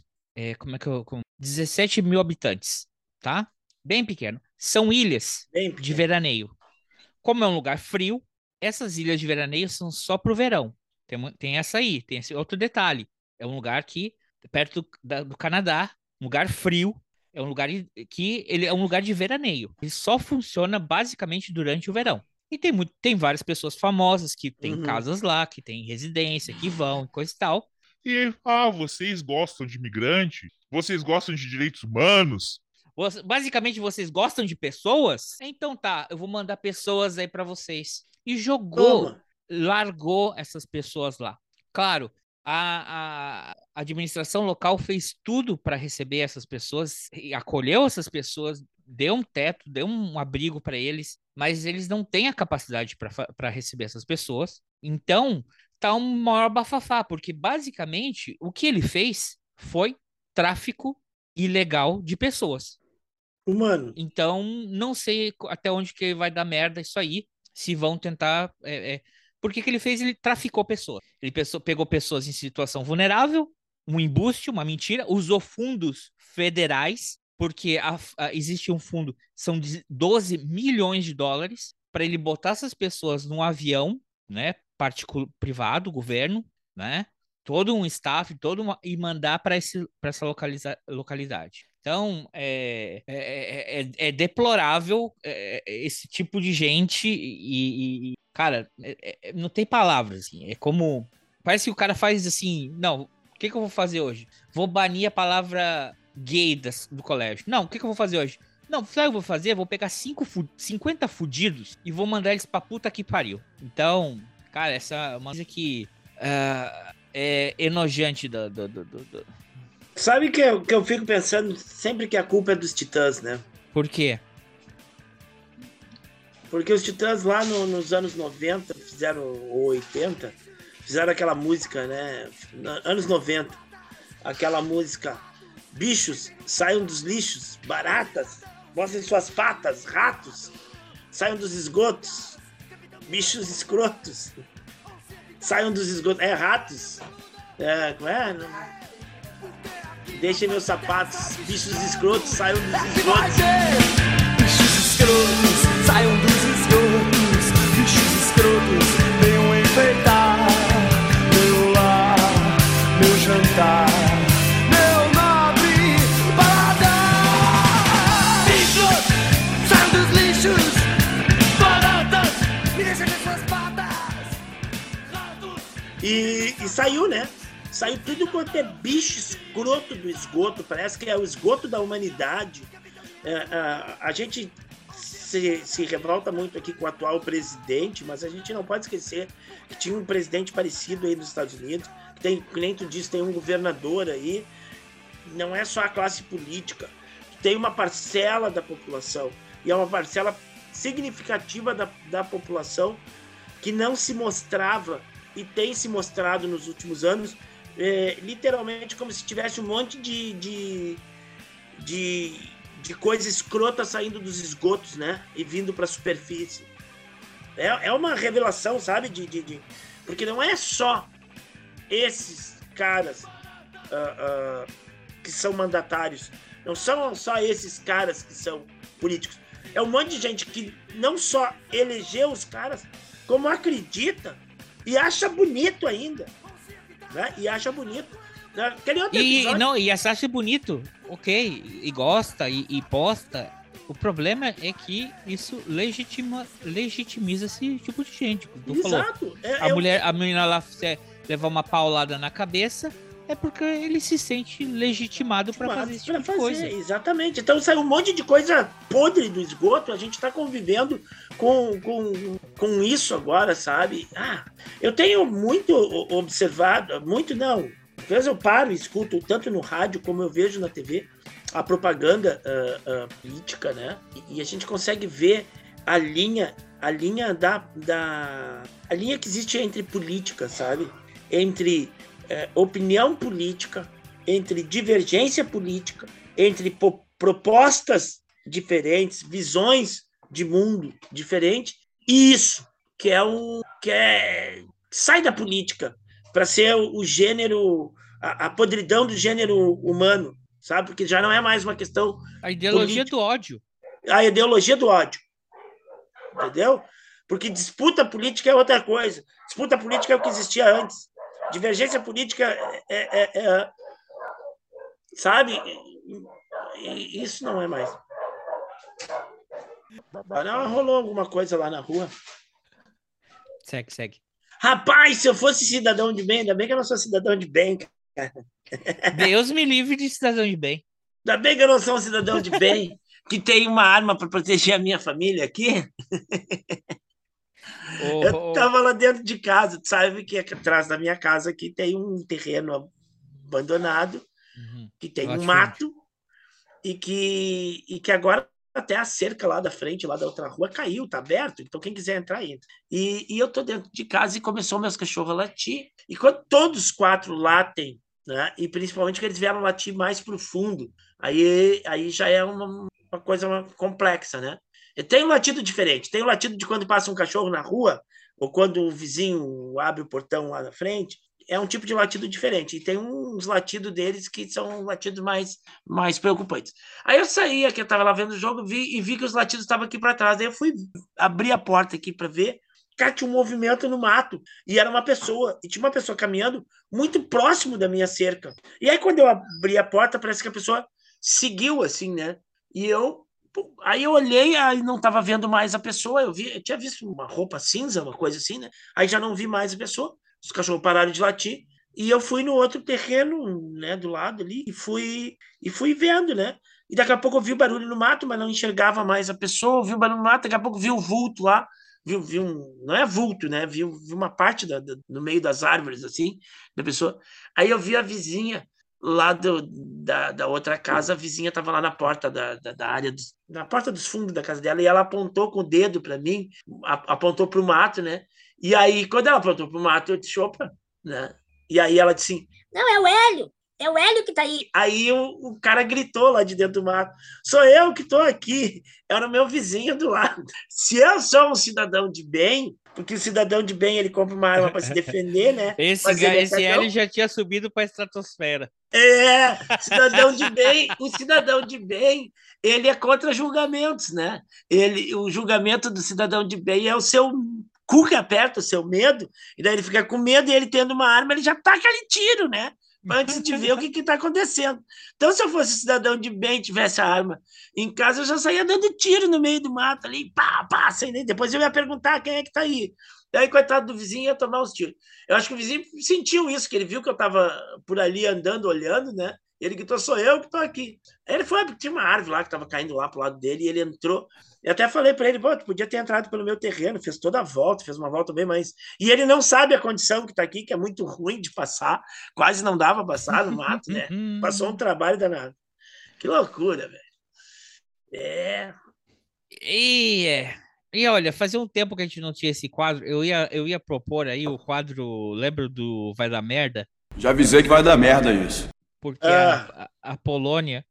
17 mil habitantes, tá? Bem pequeno. São ilhas de veraneio. Como é um lugar frio, essas ilhas de veraneio são só pro verão. Tem essa aí, tem esse outro detalhe. É um lugar que, perto do Canadá, um lugar frio, é um lugar que ele é um lugar de veraneio. Ele só funciona basicamente durante o verão. E tem várias pessoas famosas que têm casas lá, que têm residência, que vão, coisa e tal. Vocês gostam de imigrante? Vocês gostam de direitos humanos? Basicamente, vocês gostam de pessoas? Então tá, eu vou mandar pessoas aí pra vocês. E Toma. largou essas pessoas lá. Claro, a administração local fez tudo para receber essas pessoas, e acolheu essas pessoas, deu um teto, deu um abrigo para eles, mas eles não têm a capacidade para receber essas pessoas. Então, tá um maior bafafá, porque basicamente o que ele fez foi tráfico ilegal de pessoas. Humano. Então, não sei até onde que vai dar merda isso aí, se vão tentar... Porque que ele fez? Ele traficou pessoas. Ele pegou pessoas em situação vulnerável, um embuste, uma mentira, usou fundos federais, porque existe um fundo, são de 12 milhões de dólares, para ele botar essas pessoas num avião, né, privado, governo, né, todo um staff, e mandar para essa localidade. Então, é deplorável esse tipo de gente e cara, não tem palavras, assim, é como... Parece que o cara faz assim, não, o que eu vou fazer hoje? Vou banir a palavra gay do colégio. Não, o que eu vou fazer hoje? Não, sabe o que eu vou fazer? Vou pegar 50 fudidos e vou mandar eles pra puta que pariu. Então, cara, essa é uma coisa que é enojante do... Sabe que eu fico pensando sempre que a culpa é dos Titãs, né? Por quê? Porque os Titãs lá nos anos 90, ou 80, fizeram aquela música, né? Anos 90, aquela música: bichos, saiam dos lixos, baratas, mostrem suas patas, ratos, saiam dos esgotos, bichos escrotos, saiam dos esgotos, ratos, como é? Deixem meus sapatos, bichos escrotos, saiam dos esgotos. Bichos escrotos, saiam dos esgotos. Bichos escrotos, venham enfeitar meu lar, meu jantar, meu nobre paladar. Bichos, saiam dos lixos, baratas, me deixem ver suas patas, ratos. E saiu, né? Saiu tudo quanto é bicho escroto do esgoto. Parece que é o esgoto da humanidade. A gente se revolta muito aqui com o atual presidente, mas a gente não pode esquecer que tinha um presidente parecido aí nos Estados Unidos, que nem tu disse, tem um governador aí. Não é só a classe política. Tem uma parcela da população, e é uma parcela significativa da população que não se mostrava e tem se mostrado nos últimos anos, literalmente como se tivesse um monte de coisa escrota saindo dos esgotos, né? E vindo para a superfície. É uma revelação, sabe? Porque não é só esses caras que são mandatários. Não são só esses caras que são políticos. É um monte de gente que não só elegeu os caras, como acredita e acha bonito ainda. Né? E acha bonito. Aquele outro episódio... E acha bonito, ok, e gosta, e posta. O problema é que isso legitimiza esse tipo de gente. Exato. A menina lá levar uma paulada na cabeça é porque ele se sente legitimado para fazer esse tipo de coisa. Exatamente. Então sai um monte de coisa podre do esgoto, a gente tá convivendo com isso agora, sabe? Eu tenho muito observado, muito não, às vezes eu paro e escuto tanto no rádio como eu vejo na TV a propaganda política, né? E a gente consegue ver a linha que existe entre política, sabe? Entre opinião política, entre divergência política, entre propostas diferentes, visões de mundo diferentes, e isso que sai da política para ser o gênero, a podridão do gênero humano, sabe? Porque já não é mais uma questão... A ideologia do ódio. A ideologia do ódio. Entendeu? Porque disputa política é outra coisa. Disputa política é o que existia antes. Divergência política sabe? Isso não é mais. Não rolou alguma coisa lá na rua. Segue. Rapaz, se eu fosse cidadão de bem, ainda bem que eu não sou cidadão de bem, Deus me livre de cidadão de bem. Ainda bem que eu não sou um cidadão de bem, que tem uma arma para proteger a minha família aqui. Eu tava lá dentro de casa, tu sabe que atrás da minha casa aqui tem um terreno abandonado, que tem um mato, e que agora até a cerca lá da frente, lá da outra rua, caiu, tá aberto, então quem quiser entrar, entra. E eu tô dentro de casa e começou meus cachorros a latir, e quando todos os 4 latem, né, e principalmente que eles vieram latir mais profundo, aí já é uma coisa complexa, né? Tem um latido diferente. Tem o latido de quando passa um cachorro na rua, ou quando o vizinho abre o portão lá na frente. É um tipo de latido diferente. E tem uns latidos deles que são latidos mais preocupantes. Aí eu saí aqui, eu estava lá vendo o jogo, vi que os latidos estavam aqui para trás. Aí eu fui abrir a porta aqui para ver. Cara, tinha um movimento no mato. E era uma pessoa. E tinha uma pessoa caminhando muito próximo da minha cerca. E aí quando eu abri a porta, parece que a pessoa seguiu assim, né? Aí eu olhei, aí não estava vendo mais a pessoa, eu tinha visto uma roupa cinza, uma coisa assim, né? Aí já não vi mais a pessoa, os cachorros pararam de latir, e eu fui no outro terreno, né, do lado ali, e fui vendo, né? E daqui a pouco eu vi o barulho no mato, mas não enxergava mais a pessoa, eu vi o barulho no mato, daqui a pouco vi o vulto lá, vi não é vulto, né? Vi uma parte no meio das árvores, assim, da pessoa. Aí eu vi a vizinha lá da outra casa, a vizinha estava lá na porta da área, na porta dos fundos da casa dela, e ela apontou com o dedo para mim, apontou para o mato, né? E aí, quando ela apontou para o mato, eu disse, opa, né? E aí ela disse assim, não, é o Hélio que tá aí. Aí o cara gritou lá de dentro do mato, sou eu que tô aqui, era o meu vizinho do lado. Se eu sou um cidadão de bem, porque o cidadão de bem, ele compra uma arma para se defender, né? Esse Hélio já tinha subido para a estratosfera. O cidadão de bem, ele é contra julgamentos, né? O julgamento do cidadão de bem é o seu cu que aperta, o seu medo, e daí ele fica com medo, e ele tendo uma arma, ele já taca ali tiro, né? Antes de ver o que está acontecendo. Então, se eu fosse cidadão de bem, tivesse a arma em casa, eu já saía dando tiro no meio do mato ali, pá, sem nem. Depois eu ia perguntar quem é que está aí. Daí, coitado do vizinho, ia tomar os tiros. Eu acho que o vizinho sentiu isso, que ele viu que eu estava por ali andando, olhando, né? E ele gritou, sou eu que estou aqui. Aí ele foi, tinha uma árvore lá que estava caindo lá pro lado dele, e ele entrou. Eu até falei para ele, tu podia ter entrado pelo meu terreno, fez toda a volta, fez uma volta bem mais. E ele não sabe a condição que está aqui, que é muito ruim de passar, quase não dava para passar no mato, né? Passou um trabalho danado. Que loucura, velho. E olha, fazia um tempo que a gente não tinha esse quadro. Eu ia propor aí o quadro, lembra do Vai Dar Merda? Já avisei que vai dar merda isso. Porque a Polônia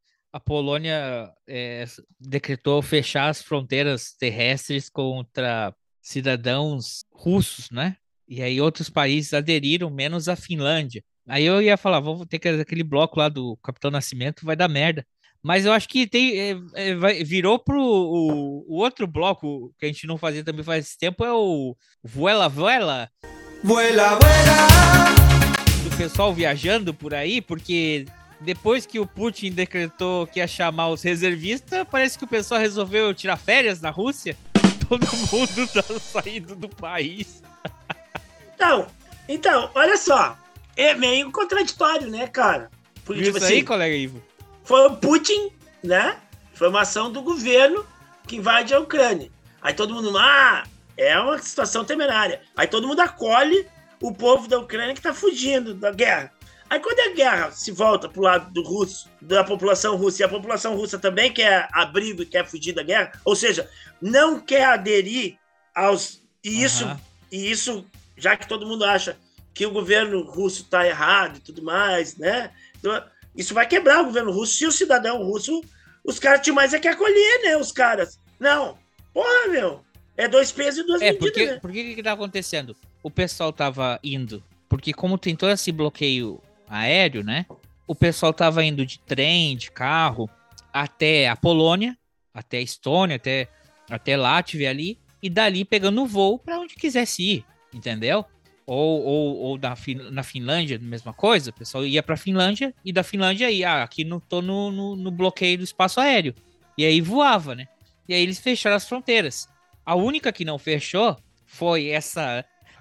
decretou fechar as fronteiras terrestres contra cidadãos russos, né? E aí outros países aderiram, menos a Finlândia. Aí eu ia falar, vamos ter que aquele bloco lá do Capitão Nascimento, vai dar merda. Mas eu acho que virou pro o outro bloco que a gente não fazia também faz tempo, é o Vuela Vuela. Vuela, vuela. Do pessoal viajando por aí, porque depois que o Putin decretou que ia chamar os reservistas, parece que o pessoal resolveu tirar férias na Rússia. Todo mundo tá saindo do país. Então, olha só. É meio contraditório, né, cara? Porque, isso tipo assim, aí, colega Ivo? Foi o Putin, né? Foi uma ação do governo que invade a Ucrânia. Aí todo mundo, é uma situação temerária. Aí todo mundo acolhe o povo da Ucrânia que tá fugindo da guerra. Aí quando a guerra se volta pro lado do russo, da população russa, e a população russa também quer abrigo e quer fugir da guerra, ou seja, não quer aderir aos... E isso, já que todo mundo acha que o governo russo tá errado e tudo mais, né? Então, isso vai quebrar o governo russo. Se o cidadão russo, os caras tinham mais que acolher, né? Os caras. Não. Porra, meu. É 2 pesos e 2 medidas, né? Por que tá acontecendo? O pessoal tava indo... Porque como tem todo esse bloqueio aéreo, né? O pessoal tava indo de trem, de carro, até a Polônia, até a Estônia, até Látvia ali, e dali pegando o voo para onde quisesse ir, entendeu? Ou na Finlândia, mesma coisa, o pessoal ia pra Finlândia, e da Finlândia ia, aqui tô no bloqueio do espaço aéreo. E aí voava, né? E aí eles fecharam as fronteiras. A única que não fechou foi essa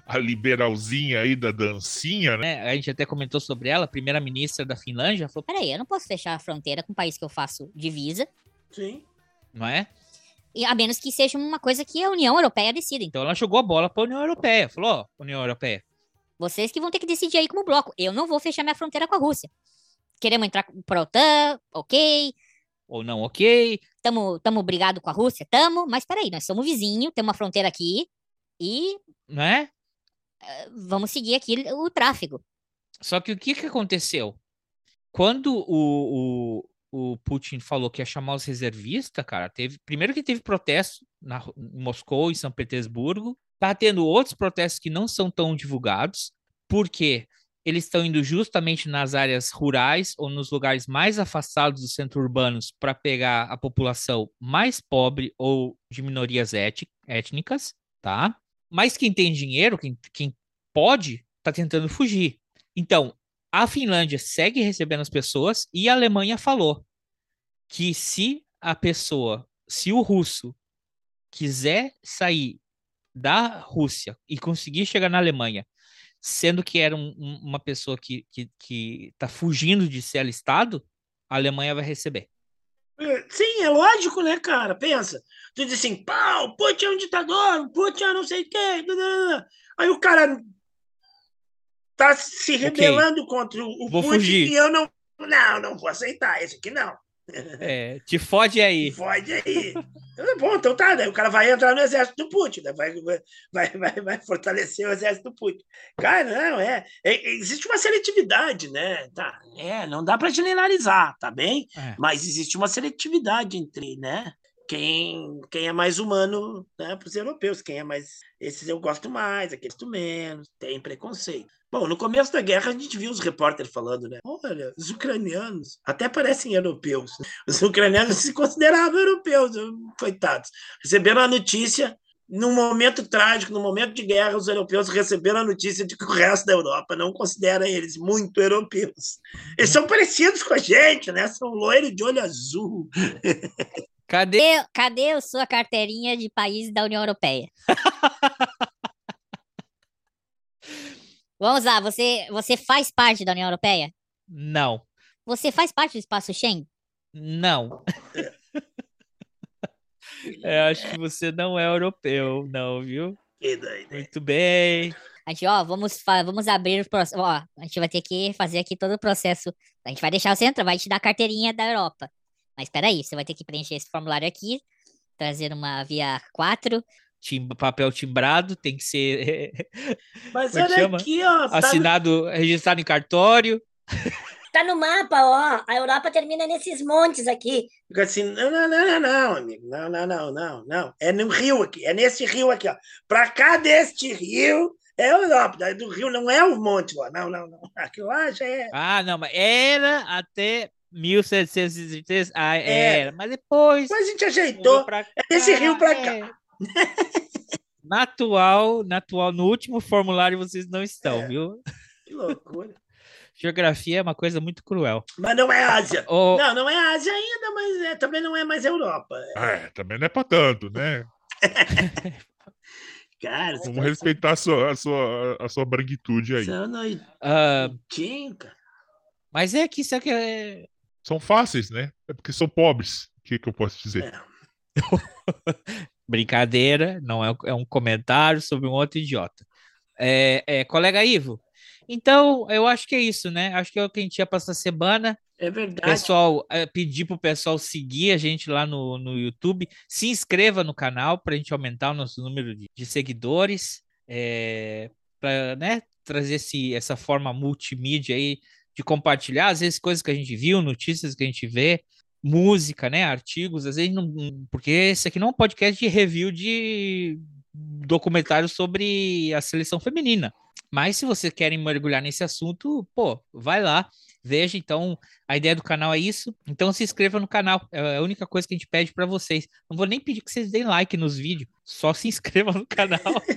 a liberalzinha aí da dancinha, né? A gente até comentou sobre ela, a primeira-ministra da Finlândia, falou, Peraí, eu não posso fechar a fronteira com um país que eu faço divisa, Sim. não é? e a menos que seja uma coisa que a União Europeia decida. Então ela jogou a bola pra União Europeia. Falou, ó, União Europeia, Vocês que vão ter que decidir aí como bloco. Eu não vou fechar minha fronteira com a Rússia. Queremos entrar pra OTAN, ok. ou não, ok. Tamo brigado com a Rússia? Tamo. Mas peraí, nós somos vizinhos, temos uma fronteira aqui e Não é? vamos seguir aqui o tráfego. Só que o que aconteceu? Quando o Putin falou que ia chamar os reservistas, cara, primeiro que teve protesto em Moscou e São Petersburgo, tá tendo outros protestos que não são tão divulgados, porque eles estão indo justamente nas áreas rurais ou nos lugares mais afastados dos centros urbanos para pegar a população mais pobre ou de minorias étnicas, tá? Mas quem tem dinheiro, quem pode, tá tentando fugir. Então, a Finlândia segue recebendo as pessoas e a Alemanha falou que se o russo quiser sair da Rússia e conseguir chegar na Alemanha, sendo que era uma pessoa que tá fugindo de ser alistado, a Alemanha vai receber. Sim, é lógico, né, cara? Pensa. Tu diz assim, pá, o Putin é um ditador, o Putin é não sei o quê. Aí o cara tá se rebelando contra o Vou Putin fugir. e eu não vou aceitar. Esse aqui não. Te fode aí. Fode aí. Bom, então tá, daí o cara vai entrar no exército do Putin, né? vai fortalecer o exército do Putin. Cara, não, existe uma seletividade, né? Tá, não dá para generalizar, tá bem? Mas existe uma seletividade entre, né? Quem é mais humano, né, para os europeus, quem é mais. Esses eu gosto mais, aqueles tu menos, tem preconceito. Bom, no começo da guerra a gente viu os repórteres falando, né? Olha, os ucranianos até parecem europeus. Os ucranianos se consideravam europeus, coitados. Receberam a notícia, num momento trágico, num momento de guerra, os europeus receberam a notícia de que o resto da Europa não considera eles muito europeus. Eles são parecidos com a gente, né? São loiros de olho azul. Cadê a sua carteirinha de país da União Europeia? Vamos lá, você faz parte da União Europeia? Não. Você faz parte do espaço Schengen? Não. Eu acho que você não é europeu, não, viu? Que doido. Muito bem. A gente, vamos abrir o processo. Ó, a gente vai ter que fazer aqui todo o processo. A gente vai deixar você entrar, vai te dar a carteirinha da Europa. Mas peraí, você vai ter que preencher esse formulário aqui, trazer uma via 4. Papel timbrado, tem que ser. Mas olha aqui, ó. Assinado, registrado em cartório. Tá no mapa, ó. A Europa termina nesses montes aqui. Fica assim, não, amigo. Não. É no rio aqui, é nesse rio aqui, ó. Pra cá deste rio é a Europa. Daí do rio não é o monte lá. Não. Aquilo lá já é. Ah, não, mas era até 1733. Era. Mas depois. Mas a gente ajeitou. É nesse rio pra cá. Na atual, no último formulário vocês não estão, viu? Que loucura. Geografia é uma coisa muito cruel. Mas não é Ásia. Não é Ásia ainda, mas também não é mais Europa. Também não é pra tanto, né? Cara, vamos respeitar a sua branquitude aí. Cara. Mas é que isso aqui é... São fáceis, né? É porque são pobres. O que eu posso dizer? Brincadeira, não é um comentário sobre um outro idiota. Colega Ivo, então eu acho que é isso, né? Acho que é o que a gente ia passar a semana. É verdade. Pessoal, pedir pro pessoal seguir a gente lá no YouTube, se inscreva no canal para a gente aumentar o nosso número de seguidores, para, né, trazer essa forma multimídia aí de compartilhar, às vezes coisas que a gente viu, notícias que a gente vê, música, né, artigos, às vezes não, porque esse aqui não é um podcast de review de documentário sobre a seleção feminina. Mas se vocês querem mergulhar nesse assunto, vai lá, veja. Então, a ideia do canal é isso. Então, se inscreva no canal. É a única coisa que a gente pede para vocês. Não vou nem pedir que vocês deem like nos vídeos. Só se inscreva no canal.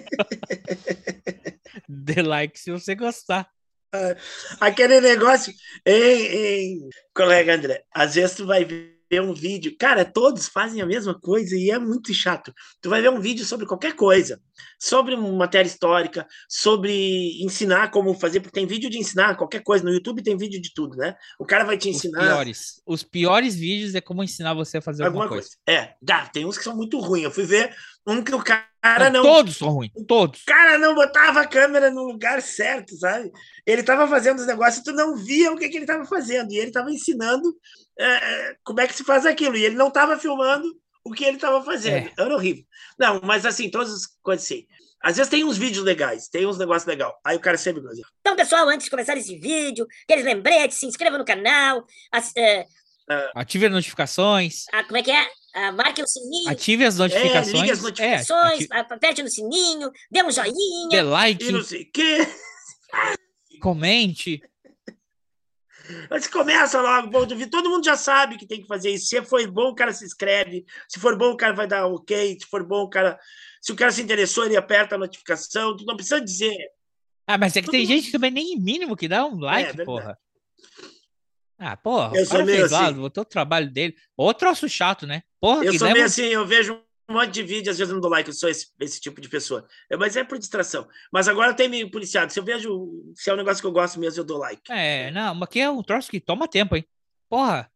Dê like se você gostar. Aquele negócio, colega André, às vezes tu vai ver ver um vídeo. Cara, todos fazem a mesma coisa e é muito chato. Tu vai ver um vídeo sobre qualquer coisa, sobre uma matéria histórica, sobre ensinar como fazer, porque tem vídeo de ensinar qualquer coisa. No YouTube tem vídeo de tudo, né? O cara vai te ensinar Os piores vídeos é como ensinar você a fazer alguma coisa. Tem uns que são muito ruins. Eu fui ver um que o cara não. Todos são ruins, todos. O cara não botava a câmera no lugar certo, sabe? Ele tava fazendo os negócios e tu não via o que ele tava fazendo. E ele tava ensinando como é que se faz aquilo. E ele não tava filmando o que ele tava fazendo. Era horrível. Não, mas assim, todas as coisas assim. Às vezes tem uns vídeos legais, tem uns negócios legais. Aí o cara sempre gosta. Então, pessoal, antes de começar esse vídeo, aqueles lembretes, se inscreva no canal. Ative as notificações. Como é que é? Marque o sininho. Ative as notificações. Ligue as notificações. Aperte no sininho, dê um joinha. Dê like. E não sei o quê. Comente. Mas começa logo, bom, todo mundo já sabe que tem que fazer isso. Se for bom, o cara se inscreve. Se for bom, o cara vai dar ok. Se for bom, o cara. Se o cara se interessou, ele aperta a notificação. Tu não precisa dizer. Mas é que tem gente que também nem mínimo que dá um like, porra. Porra, eu o cara fez lá, assim. botou o trabalho dele. Outro troço chato, né? Porra, eu sou meio assim, eu vejo um monte de vídeo, às vezes eu não dou like, eu sou esse tipo de pessoa. Mas é por distração. Mas agora tem me policiado. Se eu vejo, se é um negócio que eu gosto mesmo, eu dou like. Não, mas aqui é um troço que toma tempo, hein? Porra.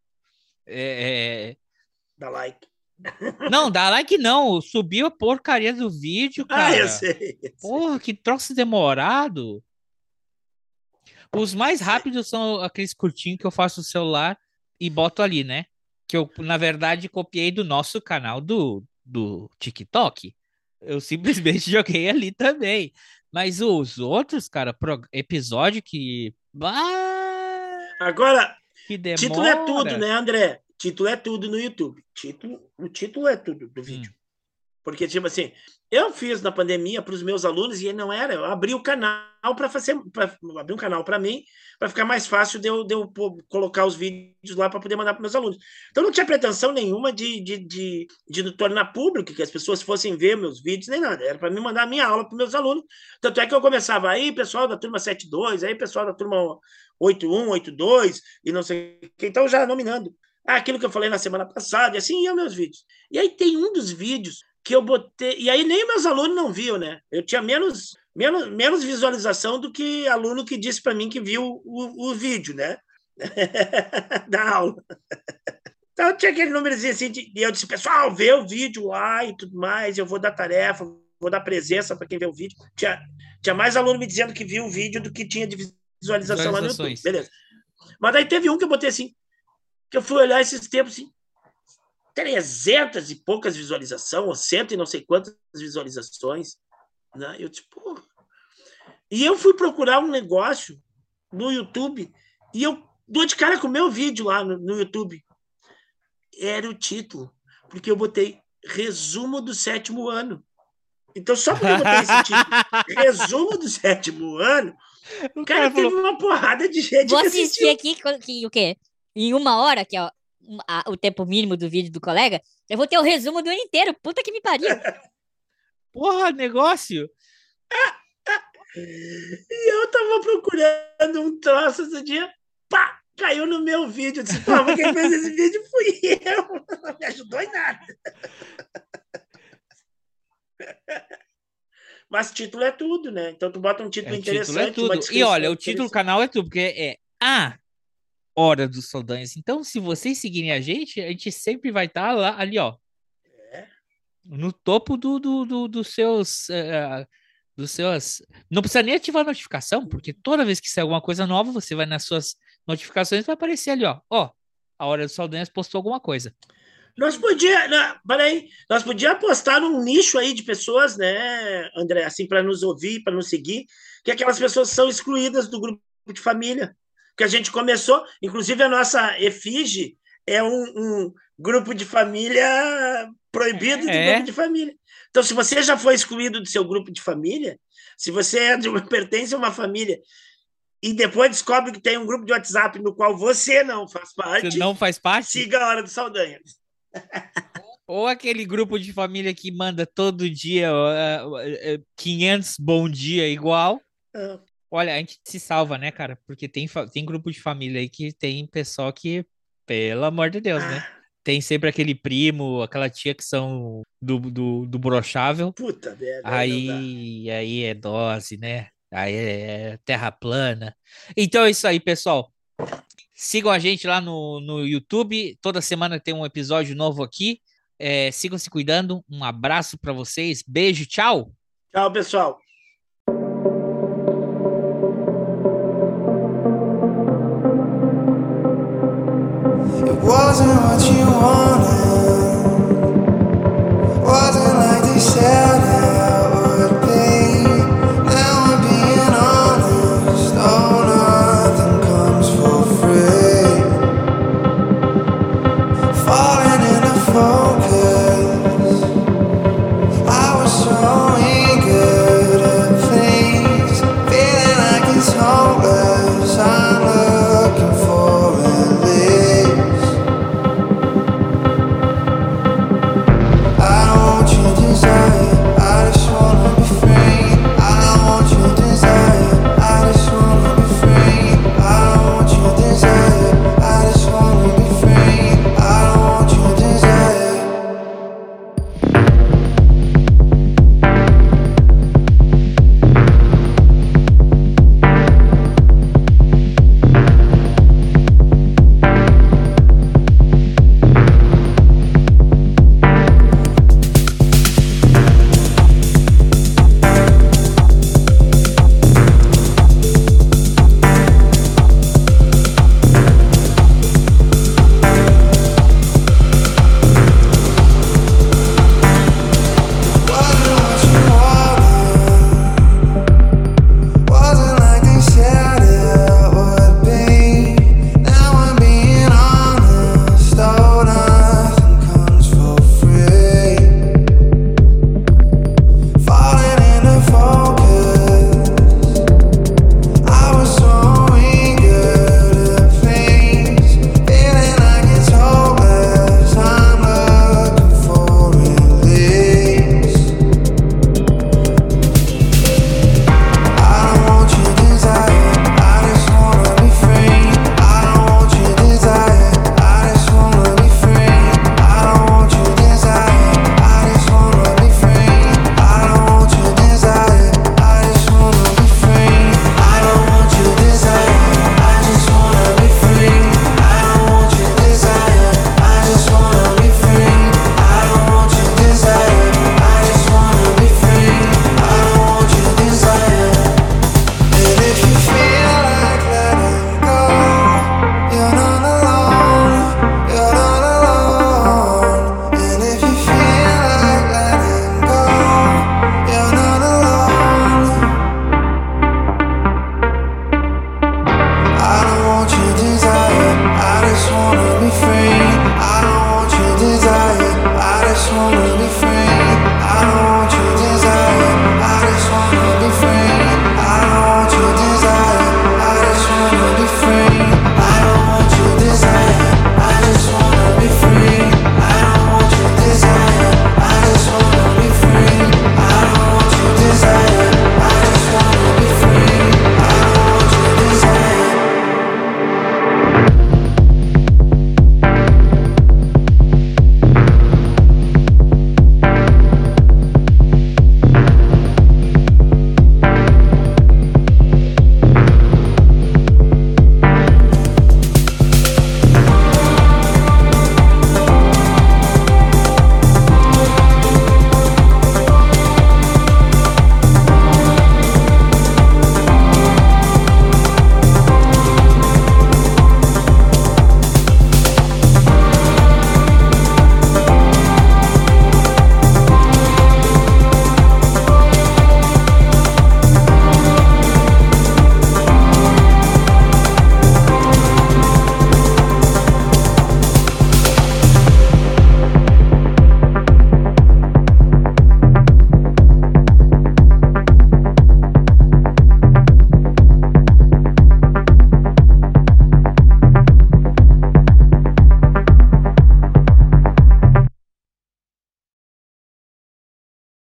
Dá like. Não, dá like não. Subiu a porcaria do vídeo, cara. Eu sei. Porra, que troço demorado. Os mais rápidos são aqueles curtinhos que eu faço no celular e boto ali, né? Que eu, na verdade, copiei do nosso canal do TikTok. Eu simplesmente joguei ali também. Mas os outros, cara, episódio que... Agora, que demora. Título é tudo, né, André? Título é tudo no YouTube. O título é tudo do vídeo. Porque, tipo assim, eu fiz na pandemia para os meus alunos e não era. Eu abri o canal abri um canal para mim, para ficar mais fácil de eu colocar os vídeos lá para poder mandar para meus alunos. Então não tinha pretensão nenhuma de tornar público, que as pessoas fossem ver meus vídeos, nem nada. Era para mim mandar a minha aula para meus alunos. Tanto é que eu começava aí, pessoal da turma 7.2, aí pessoal da turma 8.1, 8.2, e não sei o que. Então já nominando. Aquilo que eu falei na semana passada, e assim iam meus vídeos. E aí tem um dos vídeos que eu botei, e aí nem meus alunos não viam, né? Eu tinha menos visualização do que aluno que disse para mim que viu o vídeo, né? Da aula. Então tinha aquele númerozinho assim, e eu disse, pessoal, vê o vídeo lá e tudo mais, eu vou dar tarefa, vou dar presença para quem vê o vídeo. Tinha mais aluno me dizendo que viu o vídeo do que tinha de visualização lá no YouTube. Beleza. Mas daí teve um que eu botei assim, que eu fui olhar esses tempos assim, 300 e poucas visualizações, ou 100 e não sei quantas visualizações, né? Eu disse, porra. E eu fui procurar um negócio no YouTube e eu dou de cara com o meu vídeo lá no YouTube. Era o título, porque eu botei resumo do 7º ano. Então, só porque eu botei esse título, resumo do 7º ano, o cara teve uma porrada de gente. Vou assistir aqui, o quê? Em 1 hora, que é o tempo mínimo do vídeo do colega, eu vou ter o resumo do ano inteiro. Puta que me pariu. Porra, negócio. E eu tava procurando um troço esse dia, pá, caiu no meu vídeo. Eu disse, pô, mas quem fez esse vídeo fui eu. Não me ajudou em nada. Mas título é tudo, né? Então tu bota um título interessante. Título é tudo. E olha, o título do canal é tudo, porque é Hora dos Saldanhas. Então, se vocês seguirem a gente sempre vai estar lá, ali, ó. No topo dos seus... Não precisa nem ativar a notificação, porque toda vez que sair alguma coisa nova, você vai nas suas notificações e vai aparecer ali, ó. Ó, a Hora dos Saldanhas postou alguma coisa. Nós podíamos apostar num nicho aí de pessoas, né, André, assim, para nos ouvir, para nos seguir, que aquelas pessoas são excluídas do grupo de família. Que a gente começou, inclusive a nossa efígie é um grupo de família proibido do grupo de família. Então, se você já foi excluído do seu grupo de família, se você pertence a uma família e depois descobre que tem um grupo de WhatsApp no qual você não faz parte, siga a Hora do Saldanha. Ou aquele grupo de família que manda todo dia 500 bom dia igual. Olha, a gente se salva, né, cara? Porque tem grupo de família aí que tem pessoal que, pelo amor de Deus, né? Tem sempre aquele primo, aquela tia que são do brochável. Puta merda. Aí é dose, né? Aí é terra plana. Então é isso aí, pessoal. Sigam a gente lá no YouTube. Toda semana tem um episódio novo aqui. Sigam se cuidando. Um abraço pra vocês. Beijo, tchau. Tchau, pessoal. It wasn't what you wanted, wasn't like they said it would be. Now I'm being honest, oh, nothing comes for free. Falling into focus.